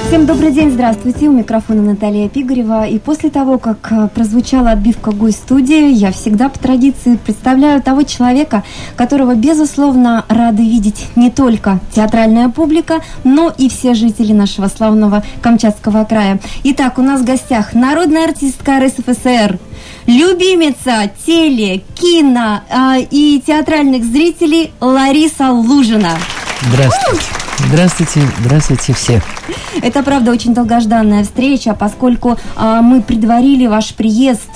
Всем добрый день, здравствуйте, у микрофона Наталья Пигарева. И после того, как прозвучала отбивка гость-студии, я всегда по традиции представляю того человека, которого, безусловно, рады видеть не только театральная публика, но и все жители нашего славного Камчатского края. Итак, у нас в гостях народная артистка РСФСР, любимица теле, кино и театральных зрителей Лариса Лужина. Здравствуйте. Здравствуйте, здравствуйте все. Это, правда, очень долгожданная встреча, поскольку мы предварили ваш приезд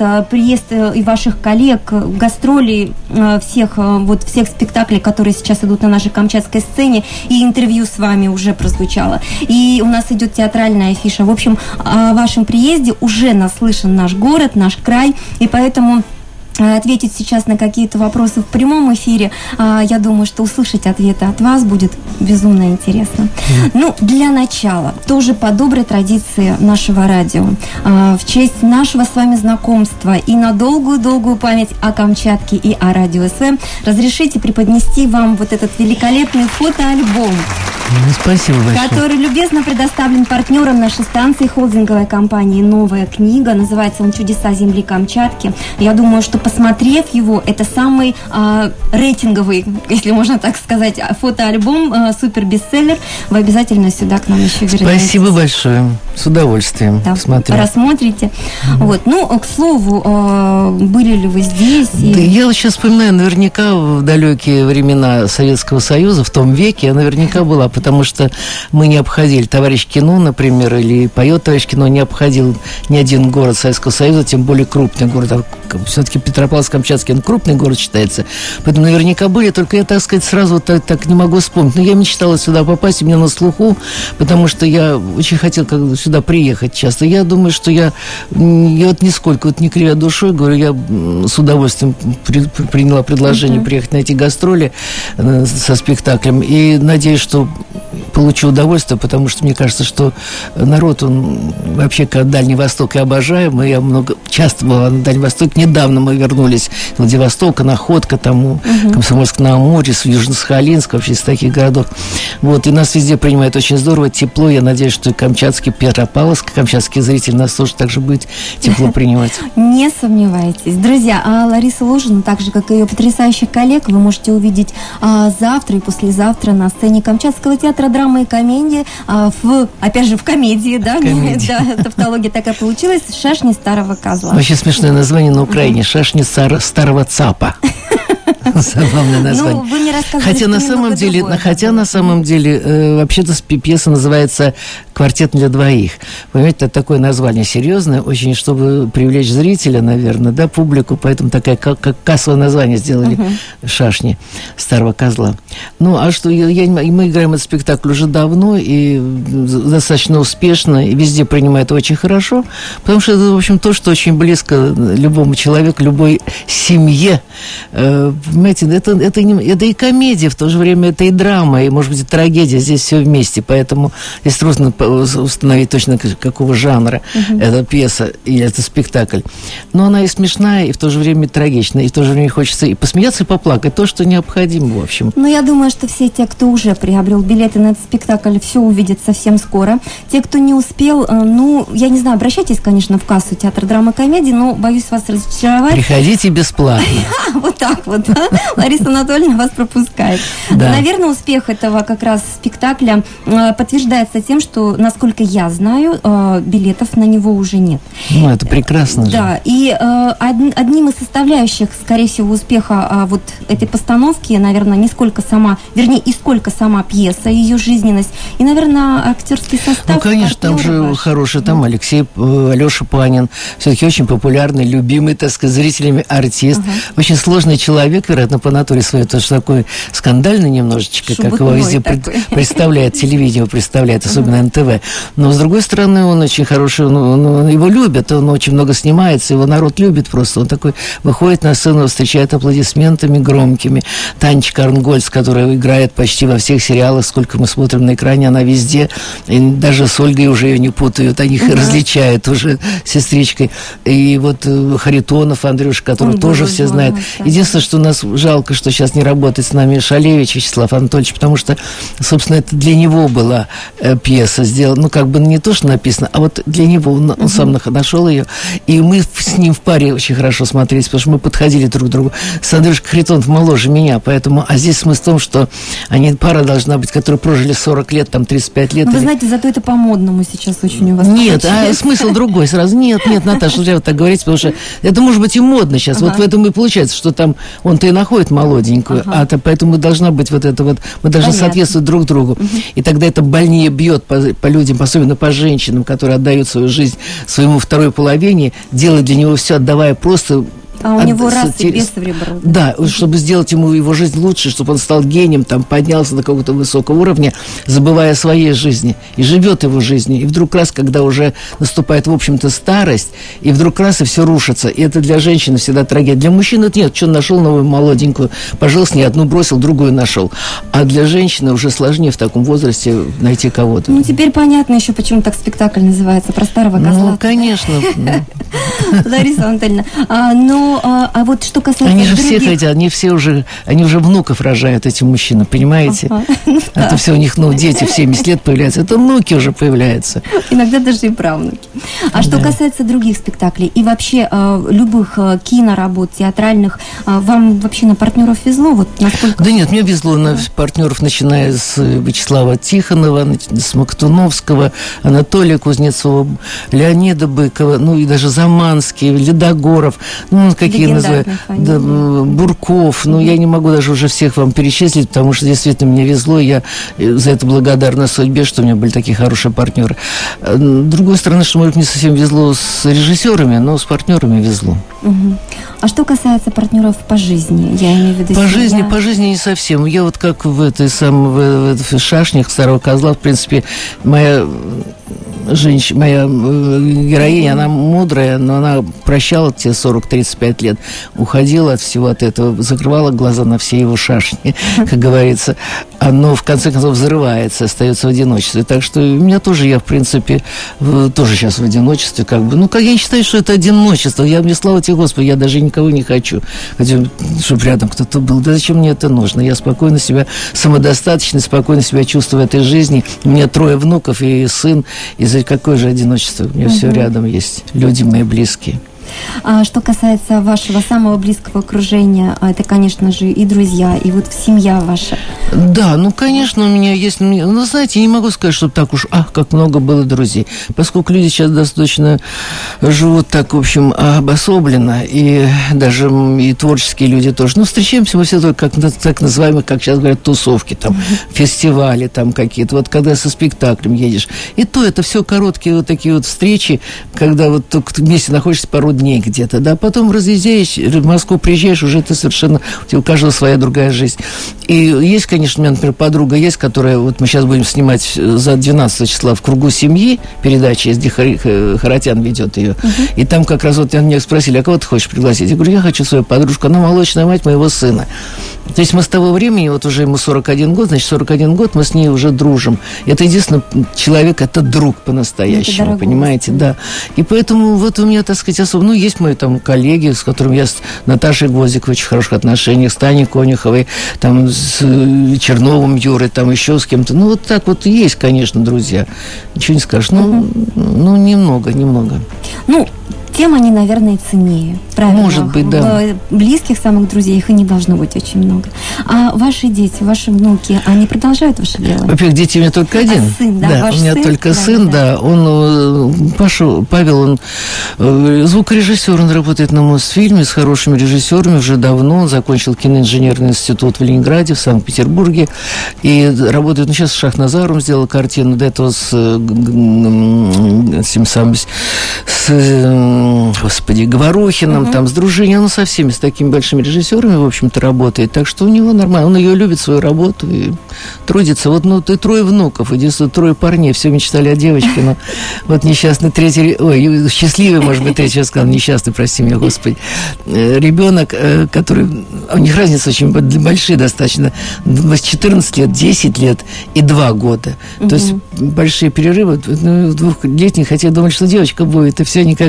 и ваших коллег, гастроли всех спектаклей, которые сейчас идут на нашей камчатской сцене, и интервью с вами уже прозвучало. И у нас идет театральная афиша. В общем, о вашем приезде уже наслышан наш город, наш край, и поэтому ответить сейчас на какие-то вопросы в прямом эфире, я думаю, что услышать ответы от вас будет безумно интересно. Ну, для начала, тоже по доброй традиции нашего радио, в честь нашего с вами знакомства и на долгую-долгую память о Камчатке и о радио СВ, разрешите преподнести вам вот этот великолепный фотоальбом. Спасибо большое. Который любезно предоставлен партнером нашей станции, холдинговой компании «Новая книга». Называется он «Чудеса земли Камчатки». Я думаю, что, посмотрев его, это самый рейтинговый, если можно так сказать, фотоальбом, супер-бестселлер. Вы обязательно сюда к нам еще вернетесь. Спасибо большое. С удовольствием посмотрю. Рассмотрите. Вот. Ну, к слову, были ли вы здесь? Да, я вот сейчас вспоминаю, наверняка в далекие времена Советского Союза, в том веке, я наверняка была, потому что мы не обходили «Товарищ кино», например, или «Поет товарищ кино», не обходил ни один город Советского Союза, тем более крупный город. Все-таки Петропавловск-Камчатский, он крупный город считается. Поэтому наверняка были, только я, так сказать, сразу так не могу вспомнить. Но я мечтала сюда попасть, у меня на слуху, потому что я очень хотел сюда приехать часто. Я думаю, что я вот нисколько, вот не кривя душой, говорю, я с удовольствием приняла предложение приехать на эти гастроли со спектаклем. И надеюсь, что получу удовольствие, потому что мне кажется, что народ, он вообще, как Дальний Восток, я обожаю. Я часто была на Дальнем Востоке. Недавно мы вернулись с Владивостока, Находка, Комсомольск-на-Амуре, с Южно-Сахалинска, вообще из таких городов. Вот, и нас везде принимают очень здорово, тепло. Я надеюсь, что и Камчатский, Петропавловск, камчатский зритель нас тоже так же будет тепло принимать. Не сомневайтесь. Друзья, а Лариса Лужина, так же, как и ее потрясающих коллег, вы можете увидеть завтра и послезавтра на сцене Камчатского театра драмы и комедии, опять же, в комедии, да? Да, тавтология такая получилась. «Шашни старого козла». Вообще смешное название на Украине. «Шашни старого цапа». Забавное название. Ну, вы мне рассказывали, хотя на самом деле вообще-то пьеса называется «Квартет для двоих». Понимаете, это такое название серьезное, очень, чтобы привлечь зрителя, наверное, да, публику, поэтому такое, как кассовое название сделали «Шашни старого козла». Ну, а что, мы играем этот спектакль уже давно и достаточно успешно, и везде принимают очень хорошо, потому что это, в общем, то, что очень близко любому человеку, любой семье. Понимаете, это и комедия, в то же время это и драма, и, может быть, и трагедия, здесь все вместе, поэтому здесь трудно установить точно, какого жанра эта пьеса или это спектакль. Но она и смешная, и в то же время трагичная, и в то же время хочется и посмеяться, и поплакать, то, что необходимо, в общем. Ну, я думаю, что все те, кто уже приобрел билеты на этот спектакль, все увидят совсем скоро. Те, кто не успел, я не знаю, обращайтесь, конечно, в кассу театра драмы и комедии, но боюсь вас разочаровать. Приходите бесплатно. Вот так вот. Лариса Анатольевна вас пропускает. Да. Наверное, успех этого как раз спектакля подтверждается тем, что, насколько я знаю, билетов на него уже нет. Ну, это прекрасно же. Да, и одним из составляющих, скорее всего, успеха вот этой постановки, наверное, и сколько сама пьеса, ее жизненность, и, наверное, актерский состав. Ну, конечно, там же хороший, там Алеша Панин, все-таки очень популярный, любимый, так сказать, зрителями артист, очень сложный человек, вероятно, по натуре своей, потому что такой скандальный немножечко, как его везде представляет, телевидение представляет, особенно НТВ. Но, с другой стороны, он очень хороший, его любят, он очень много снимается, его народ любит просто. Он такой выходит на сцену, встречает аплодисментами громкими. Танечка Арнгольц, которая играет почти во всех сериалах, сколько мы смотрим на экране, она везде. И даже с Ольгой уже ее не путают, они их различают уже сестричкой. И вот Харитонов Андрюша, которого тоже все знают. Единственное, что нас жалко, что сейчас не работает с нами Шалевич Вячеслав Анатольевич, потому что, собственно, это для него была пьеса сделал, ну, как бы не то, что написано, а вот для него он сам нашел ее, и мы с ним в паре очень хорошо смотрелись, потому что мы подходили друг к другу. С Андрюшкой Харитонов моложе меня, поэтому, а здесь смысл в том, что пара должна быть, которые прожили 40 лет, там, 35 лет. Вы знаете, зато это по-модному сейчас очень у вас. Нет, а смысл другой сразу. Нет, Наташа, нельзя вот так говорить, потому что это может быть и модно сейчас. Вот в этом и получается, что там он-то и находит молоденькую, поэтому должна быть вот это вот, мы должны соответствовать друг другу. И тогда это больнее бьет по людям, особенно по женщинам, которые отдают свою жизнь своему второй половине, делают для него все, отдавая просто... А у него раз и без ребра. Да, чтобы сделать ему его жизнь лучше, чтобы он стал гением, там, поднялся до какого-то высокого уровня, забывая о своей жизни, и живет его жизнью. И вдруг раз, когда уже наступает, в общем-то, старость, и вдруг раз, и все рушится. И это для женщины всегда трагедия. Для мужчин это нет, что он нашел новую молоденькую, пожил с ней, одну бросил, другую нашел. А для женщины уже сложнее в таком возрасте найти кого-то. Ну, теперь понятно еще, почему так спектакль называется, про старого козла. Ну, конечно. Лариса Анатольевна, а вот что касается они же все хотят, они уже внуков рожают, эти мужчины, понимаете? Это все у них, дети в 70 лет появляются, это внуки уже появляются. Иногда даже и правнуки. А что касается других спектаклей и вообще любых киноработ, театральных, вам вообще на партнеров везло? Вот насколько... Да нет, мне везло на партнеров, начиная с Вячеслава Тихонова, с Мактуновского, Анатолия Кузнецова, Леонида Быкова, и даже Заманский, Ледогоров, какие называют, да, Бурков, я не могу даже уже всех вам перечислить, потому что действительно мне везло, я за это благодарна судьбе, что у меня были такие хорошие партнеры. С другой стороны, что, может, не совсем везло с режиссерами, но с партнерами везло. А что касается партнеров по жизни, я имею в виду... По жизни не совсем. Я вот как в «Шашнях» «Старого козла», в принципе, моя героиня, она мудрая, но она прощала те 40-35 лет, уходила от всего от этого, закрывала глаза на все его шашни, как говорится. Оно, в конце концов, взрывается, остается в одиночестве. Так что у меня тоже, я, в принципе, тоже сейчас в одиночестве, как бы. Я не считаю, что это одиночество. Мне, слава тебе, Господи, я даже никого не хочу. Хочу, чтобы рядом кто-то был. Да зачем мне это нужно? Я спокойно себя, самодостаточно, спокойно себя чувствую в этой жизни. У меня 3 внуков и сын. И за какое же одиночество? У меня все рядом есть. Люди мои близкие. А что касается вашего самого близкого окружения, это, конечно же, и друзья, и вот семья ваша. Да, конечно, у меня есть... знаете, я не могу сказать, что так уж, как много было друзей. Поскольку люди сейчас достаточно живут так, в общем, обособленно, и даже и творческие люди тоже. Встречаемся мы все только как так называемые, как сейчас говорят, тусовки, там, фестивали там какие-то. Вот когда со спектаклем едешь. И то это все короткие вот такие вот встречи, когда вот только вместе находишься пару дней где-то, да, потом разъезжаешь, в Москву приезжаешь, уже ты совершенно, у каждого своя другая жизнь. И есть, конечно, у меня, например, подруга есть, которая, вот мы сейчас будем снимать за 12 числа «В кругу семьи» передача, где Харатян ведет ее, и там как раз вот меня спросили, а кого ты хочешь пригласить? Я говорю, я хочу свою подружку, она молочная мать моего сына. То есть мы с того времени, вот уже ему 41 год, значит, 41 год мы с ней уже дружим. Это единственный человек, это друг по-настоящему, понимаете, да. И поэтому вот у меня, так сказать, особо, есть мои там коллеги, с которыми я с Наташей Гвоздик в очень хороших отношениях, с Таней Конюховой, там, с Черновым Юрой, там, еще с кем-то. Вот так вот есть, конечно, друзья. Ничего не скажешь. Немного. Тем они, наверное, ценнее. Правильно. Может быть, да. Близких самых друзей их и не должно быть очень много. А ваши дети, ваши внуки, они продолжают ваше дело? Во-первых, дети у меня только один. Сын, да, у меня сын? только сын, да. Он, Павел, он звукорежиссер, он работает на Мосфильме с хорошими режиссерами уже давно. Он закончил киноинженерный институт в Ленинграде, в Санкт-Петербурге. И работает, сейчас с Шахназаром сделал картину, до этого с Говорухиным, там, с Дружининым, со всеми, с такими большими режиссерами, в общем-то, работает. Так что у него нормально. Он ее любит, свою работу, и трудится. И 3 внуков, единственное, 3 парней. Все мечтали о девочке, но вот несчастный счастливый, может быть, третий, я сказал, несчастный, прости меня, Господи. Ребенок, который... У них разница очень большие достаточно. 14 лет, 10 лет и 2 года. То есть большие перерывы. 2-летних, хотя думали, что девочка будет, и все никак...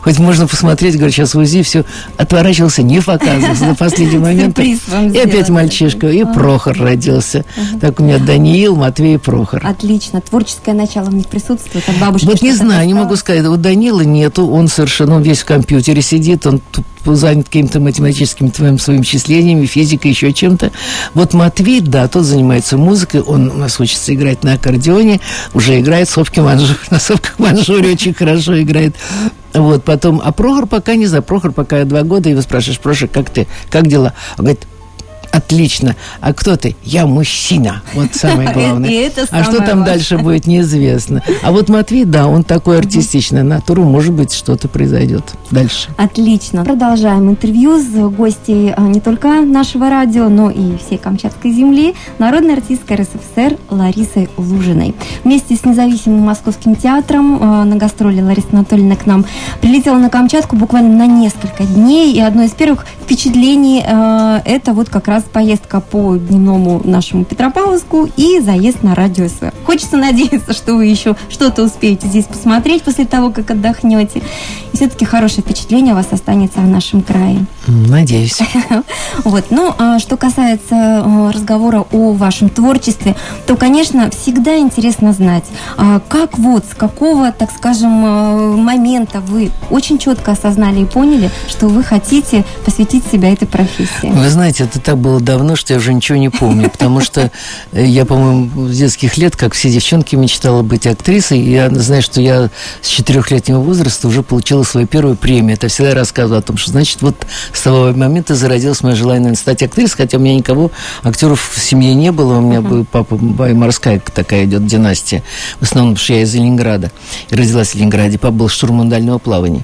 хоть можно посмотреть, говорю, сейчас УЗИ, все, отворачивался, не показывался до последнего момента. И опять мальчишка, и Прохор родился. Так у меня Даниил, Матвей и Прохор. Отлично. Творческое начало в них присутствует от бабушки? Вот не знаю, не могу сказать. Вот Данила нету, он совершенно, он весь в компьютере сидит, он занят какими-то математическими своими числениями, физикой, еще чем-то. Вот Матвей, да, тот занимается музыкой, он у нас учится играть на аккордеоне, уже играет на совках манжуре очень хорошо играет. Вот, потом, а Прохор пока не знаю, Прохор пока 2 года, его спрашиваешь, Прохор, как ты, как дела? Он говорит, отлично. А кто ты? Я мужчина. Вот самое главное. А что там дальше будет, неизвестно. А вот Матвей, да, он такой артистичный натура, может быть, что-то произойдет дальше. Отлично. Продолжаем интервью с гостьей не только нашего радио, но и всей Камчатской земли, народной артисткой РСФСР Ларисой Лужиной. Вместе с независимым Московским театром на гастроли Лариса Анатольевна к нам прилетела на Камчатку буквально на несколько дней, и одно из первых впечатлений это вот как раз поездка по дневному нашему Петропавловску и заезд на радио СВ. Хочется надеяться, что вы еще что-то успеете здесь посмотреть после того, как отдохнете. И все-таки хорошее впечатление у вас останется о нашем крае. Надеюсь. Вот. Ну, что касается разговора о вашем творчестве, то, конечно, всегда интересно знать, как вот, с какого, так скажем, момента вы очень четко осознали и поняли, что вы хотите посвятить себя этой профессии. Вы знаете, это так было давно, что я уже ничего не помню, потому что я, по-моему, с детских лет, как все девчонки, мечтала быть актрисой. Я знаю, что я с 4-летнего возраста уже получила свою первую премию. Это всегда рассказывала о том, что, значит, вот с того момента зародилось мое желание, наверное, стать актрисой, хотя у меня никого, актеров в семье не было. У меня был папа, морская такая идет династия. В основном, потому что я из Ленинграда. И родилась в Ленинграде. Папа был штурман дальнего плавания.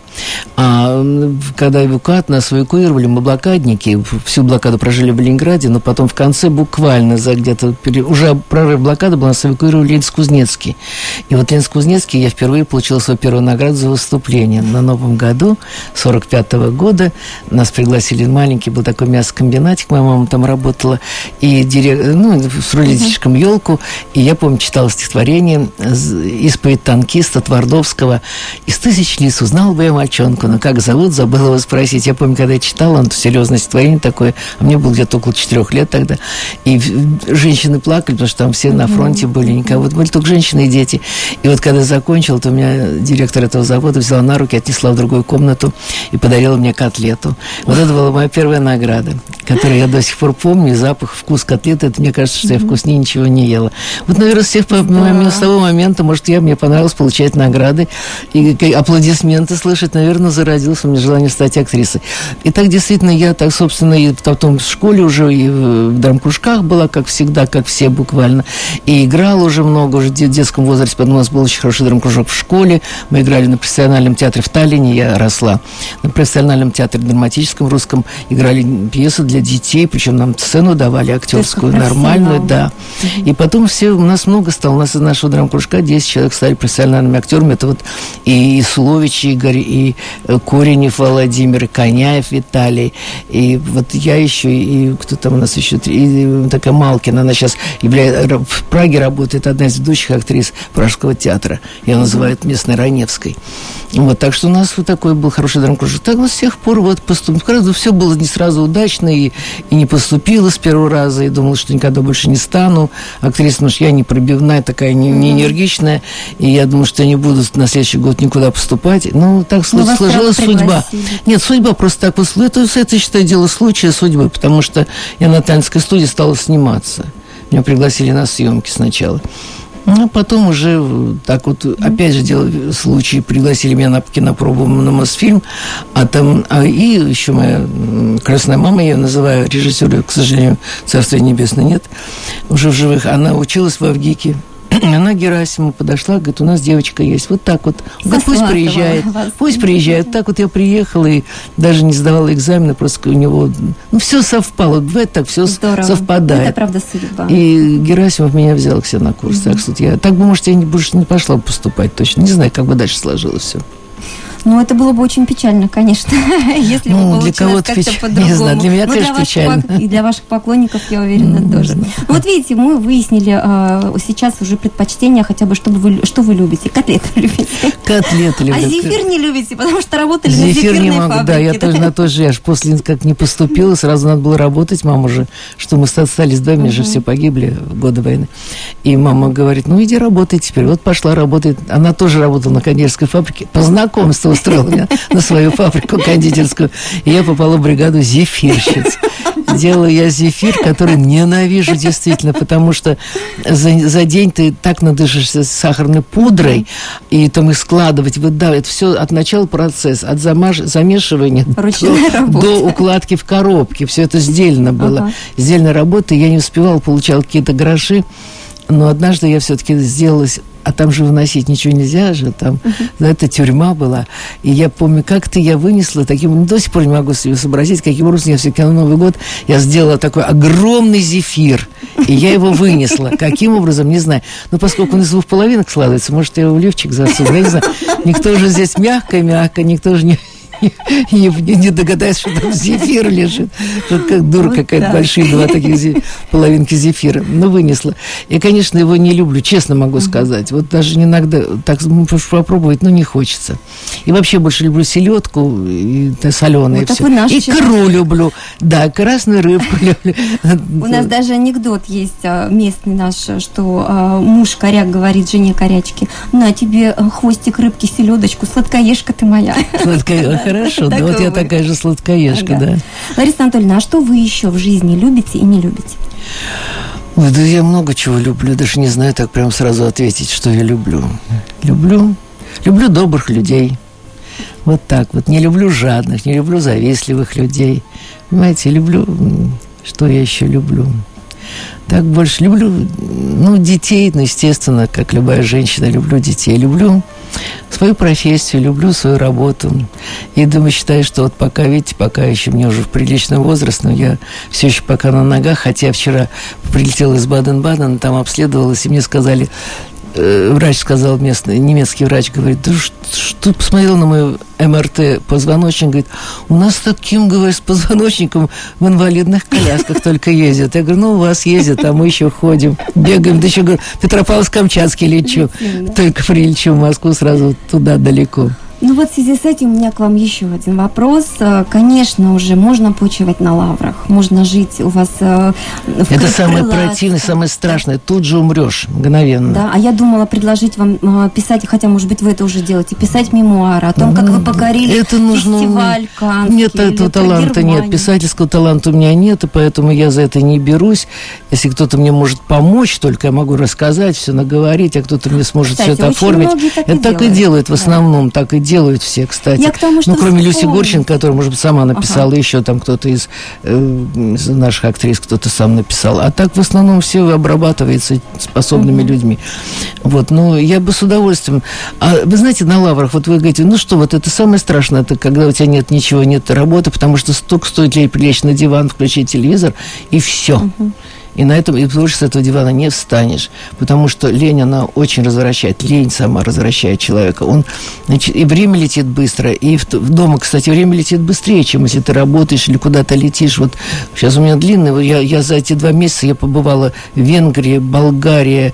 А когда нас эвакуировали, мы блокадники, всю блокаду прожили в Ленинграде, но потом в конце буквально за где-то уже прорыв блокады был, нас эвакуировали в Ленинск-Кузнецкий. И вот в Ленинск-Кузнецкий я впервые получила свою первую награду за выступление. На Новом году 45-го года нас пригласили, маленький был такой мясокомбинатик, моя мама там работала, и с рулетчиком елку, и я, помню, читала стихотворение «Исповедь танкиста» Твардовского. «Из тысяч лиц узнал бы я мальчонку, но как зовут, забыла его спросить». Я помню, когда я читала, он серьезное стихотворение такое, а мне было где-то около 4 лет тогда, и женщины плакали, потому что там все на фронте были, никого, были только женщины и дети. И вот когда я закончила, то у меня директор этого завода взяла на руки, отнесла в другую комнату и подарила мне котлету. Вот это была моя первая награда, которую я до сих пор помню, запах, вкус котлеты, это мне кажется, что я вкуснее ничего не ела. Вот, наверное, с того момента, может, мне понравилось получать награды и аплодисменты слышать, наверное, зародилось у меня желание стать актрисой. И так действительно я так, собственно, и потом в школе уже и в драмкружках была, как всегда, как все буквально, и играла уже много, уже в детском возрасте, потом у нас был очень хороший драмкружок в школе, мы играли на профессиональном театре в Таллине, я росла, на профессиональном театре драматическом русском, играли пьесы для детей, причем нам сцену давали актерскую, нормальную, да. И потом у нас много стало, у нас из нашего драмкружка 10 человек стали профессиональными актерами, это вот и Слович Игорь, и Коренев Владимир, и Коняев Виталий, и вот я еще, и кто там у нас еще, и такая Малкина, она сейчас в Праге работает, одна из ведущих актрис Пражского театра, ее называют местной Раневской. Вот, так что у нас вот такой был хороший драмкружок. Так вот с тех пор вот все было не сразу удачно, и не поступила с первого раза, и думала, что никогда больше не стану актрисой, потому что я не пробивная, такая не энергичная, и я думаю, что я не буду на следующий год никуда поступать. Ну, так сложилась судьба. Нет, судьба просто так вот. Это, считаю, дело случая, судьбы, потому что я на Таллинской студии стала сниматься. Меня пригласили на съемки сначала. А потом уже так вот, опять же, дело случай, пригласили меня на кинопробу на Мосфильм, и еще моя красная мама, я ее называю, режиссер, к сожалению, Царствия Небесное нет, уже в живых, она училась в Авгике. Она Герасиму подошла, говорит, у нас девочка есть. Вот так вот. Говорит, пусть приезжает. Так вот я приехала и даже не сдавала экзамены, просто у него... все совпало. Бывает так, все совпадает. Это правда судьба. И Герасимов меня взял к себе на курс. Так что может, я больше не пошла бы поступать точно. Не знаю, как бы дальше сложилось все. Ну, это было бы очень печально, конечно, если бы получилось как-то по-другому. Не знаю, для меня, конечно, печально. И для ваших поклонников, я уверена, тоже. Вот видите, мы выяснили сейчас уже предпочтения, хотя бы, что вы любите. Котлеты любите. Котлеты люблю. А зефир не любите, потому что работали на зефирной фабрике. Да, я тоже на то же. Я же после как не поступила, сразу надо было работать. Мама уже, что мы остались вдвоем, же все погибли в годы войны. И мама говорит, ну иди работай теперь. Вот пошла работать. Она тоже работала на кондитерской фабрике. По знакомству устроила меня на свою фабрику кондитерскую. И я попала в бригаду зефирщиц. Делала я зефир, который ненавижу действительно, потому что за день ты так надышишься сахарной пудрой, и там их складывать, выдавать. Все от начала процесс, от замешивания до укладки в коробке. Все это сдельно было. Сдельная работа, я не успевала, получала какие-то гроши. Но однажды я все-таки сделалась, а там же выносить ничего нельзя же, там, это тюрьма была. И я помню, как-то я вынесла таким, до сих пор не могу себе сообразить, каким образом я все-таки на Новый год, я сделала такой огромный зефир, и я его вынесла. Каким образом, не знаю. Но поскольку он из 2 половинок складывается, может, я его в лифчик засуну, я не знаю. Никто же здесь мягко-мягко, никто же не догадается, что там зефир лежит. Что как дура вот какая-то, большие 2 таких половинки зефира. Ну, вынесла. Я, конечно, его не люблю, честно могу сказать. Вот даже иногда так попробовать, но не хочется. И вообще больше люблю селедку, и соленые, вот все. И икру люблю. Да, красную рыбку люблю. У нас даже анекдот есть местный наш, что муж коряк говорит жене корячки: на тебе хвостик рыбки, селедочку, сладкоежка ты моя. Хорошо, да, вот я такая же сладкоежка, да. Лариса Анатольевна, а что вы еще в жизни любите и не любите? Ой, да я много чего люблю, даже не знаю так прям сразу ответить, что я люблю. Люблю добрых людей. Вот так вот. Не люблю жадных, не люблю завистливых людей. Понимаете, люблю... Что я еще люблю? Так больше люблю, детей, естественно, как любая женщина, люблю детей. Люблю свою профессию, люблю свою работу. И думаю, считаю, что вот пока, видите, пока еще мне уже в приличном возрасте, но я все еще пока на ногах, хотя вчера прилетела из Баден-Бадена, там обследовалась, и мне сказали, врач сказал местный, немецкий врач, говорит, да что посмотрел на мою МРТ позвоночник, говорит, у нас таким, говорит, с позвоночником в инвалидных колясках только ездят. Я говорю, у вас ездят, а мы еще ходим, бегаем, да еще, говорю, Петропавловск-Камчатский лечу, только прилечу в Москву сразу туда далеко. Ну вот в связи с этим у меня к вам еще один вопрос. Конечно, уже можно почивать на лаврах, можно жить у вас в Это самое противное, самое страшное. Тут же умрешь мгновенно. Да, а я думала предложить вам писать, хотя, может быть, вы это уже делаете, писать мемуары о том, как вы покорили фестиваль Каннский. Нет, этого таланта нет, писательского таланта у меня нет, и поэтому я за это не берусь. Если кто-то мне может помочь, только я могу рассказать, все наговорить, а кто-то мне сможет все это оформить. Это так и делают в основном, так и делают все, кстати. Кроме Люси Горчин, которая, может быть, сама написала, еще там кто-то из наших актрис, кто-то сам написал. А так в основном все обрабатывается способными людьми. Вот, но я бы с удовольствием... А вы знаете, на лаврах, вот вы говорите, вот это самое страшное, это когда у тебя нет ничего, нет работы, потому что столько стоит прилечь на диван, включить телевизор, и все. И на этом, и больше с этого дивана не встанешь. Потому что лень, она очень развращает. Лень сама развращает человека. И время летит быстро. И дома, кстати, время летит быстрее, чем если ты работаешь или куда-то летишь. Вот сейчас у меня длинный. Я за эти 2 месяца я побывала в Венгрии, Болгария,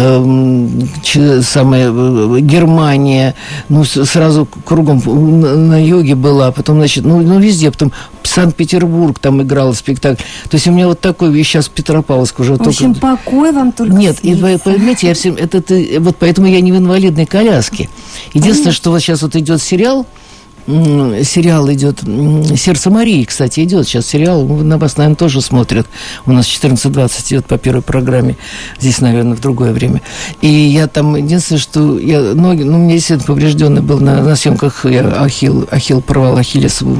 Германия. Сразу кругом на юге была. Потом, везде. Потом Санкт-Петербург, там играла спектакль. То есть у меня вот такой, я сейчас в Петропавловск уже. В общем, покой вам только Нет, и вы поймите, вот поэтому я не в инвалидной коляске. Единственное, что вот сейчас вот идет сериал идет «Сердце Марии», кстати, идет сейчас сериал, на вас, наверное, тоже смотрят. У нас 14:20 идет по первой программе. Здесь, наверное, в другое время. И я там, единственное, что ноги, у меня действительно поврежденный был на съемках, я ахилл порвал ахиллесовую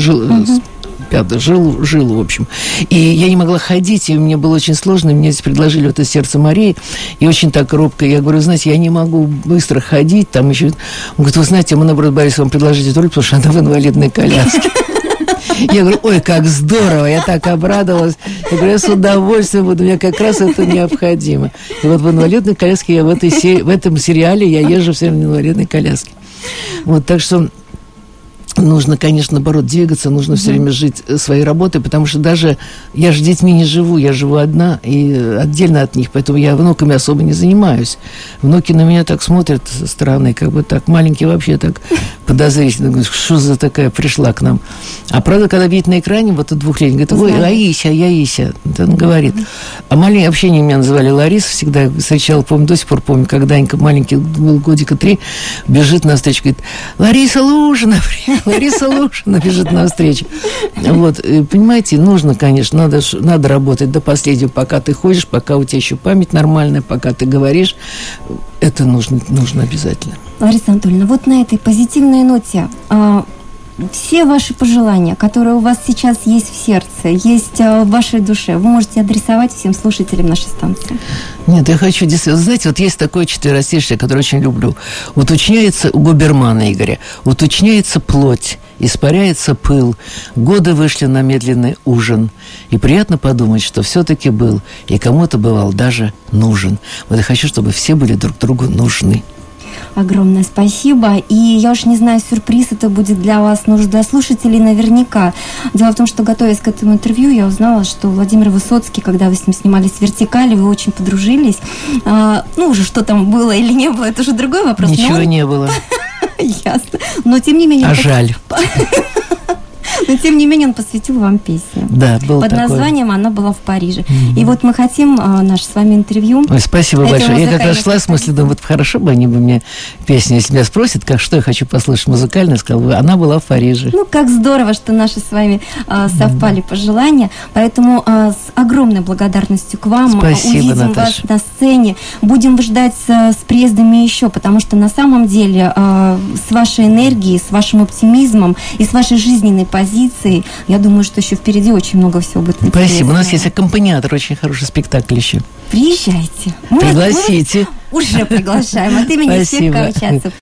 жилу, в общем. И я не могла ходить, и мне было очень сложно, и мне здесь предложили это «Сердце Марии», и очень так робко. Я говорю, знаете, я не могу быстро ходить, там еще... Он говорит, вы знаете, мы, наоборот, боялись вам предложить эту роль, потому что она в инвалидной коляске. Я говорю, ой, как здорово, я так обрадовалась. Я говорю, я с удовольствием буду, мне как раз это необходимо. И вот в инвалидной коляске в этом сериале я езжу все время в инвалидной коляске. Вот, так что... нужно, конечно, наоборот, двигаться, нужно все время жить своей работой, потому что даже я же с детьми не живу, я живу одна и отдельно от них, поэтому я внуками особо не занимаюсь. Внуки на меня так смотрят со стороны, как бы так, маленькие вообще так подозрительно, говорят, что за такая пришла к нам. А правда, когда видит на экране, вот у двухлетний, говорит, ой, Аися, это он говорит. А маленькие вообще они меня называли Лариса, всегда встречала, помню, до сих пор помню, когда Анька маленький, был годика 3, бежит навстречу, говорит, Лариса Лужина, Лариса Лушина бежит навстречу. Вот, понимаете, нужно, конечно, надо работать до последнего, пока ты ходишь, пока у тебя еще память нормальная, пока ты говоришь. Это нужно обязательно. Лариса Анатольевна, вот на этой позитивной ноте все ваши пожелания, которые у вас сейчас есть в сердце, есть в вашей душе, вы можете адресовать всем слушателям нашей станции. Нет, я хочу действительно... Знаете, вот есть такое четверостишее, которое очень люблю. Уточняется у Губермана Игоря, уточняется плоть, испаряется пыл, годы вышли на медленный ужин. И приятно подумать, что все-таки был, и кому-то бывал даже нужен. Вот я хочу, чтобы все были друг другу нужны. Огромное спасибо. И я уж не знаю, сюрприз это будет для вас, но уже для слушателей наверняка. Дело в том, что, готовясь к этому интервью, я узнала, что Владимир Высоцкий, когда вы с ним снимались в «Вертикали», вы очень подружились. Уже что там было или не было, это уже другой вопрос. Ничего не было. Ясно. Но тем не менее... жаль. Но, тем не менее, он посвятил вам песню. Да, был под такой. Названием «Она была в Париже». И вот мы хотим наше с вами интервью. Ой, спасибо большое. Я как раз шла с мыслью, думаю, вот хорошо бы они бы мне песню, если меня спросят, что я хочу послушать музыкально, сказала бы, «Она была в Париже». Ну, как здорово, что наши с вами совпали пожелания. Поэтому с огромной благодарностью к вам. Спасибо, увидим Наташа. вас на сцене. Будем ждать с приездами еще, потому что на самом деле с вашей энергией, с вашим оптимизмом и с вашей жизненной позицией, я думаю, что еще впереди очень много всего будет интересного. Спасибо. У нас есть аккомпаниатор, очень хороший спектакль еще. Приезжайте. Пригласите. Мы уже приглашаем от имени всех Спасибо. кавычадцев.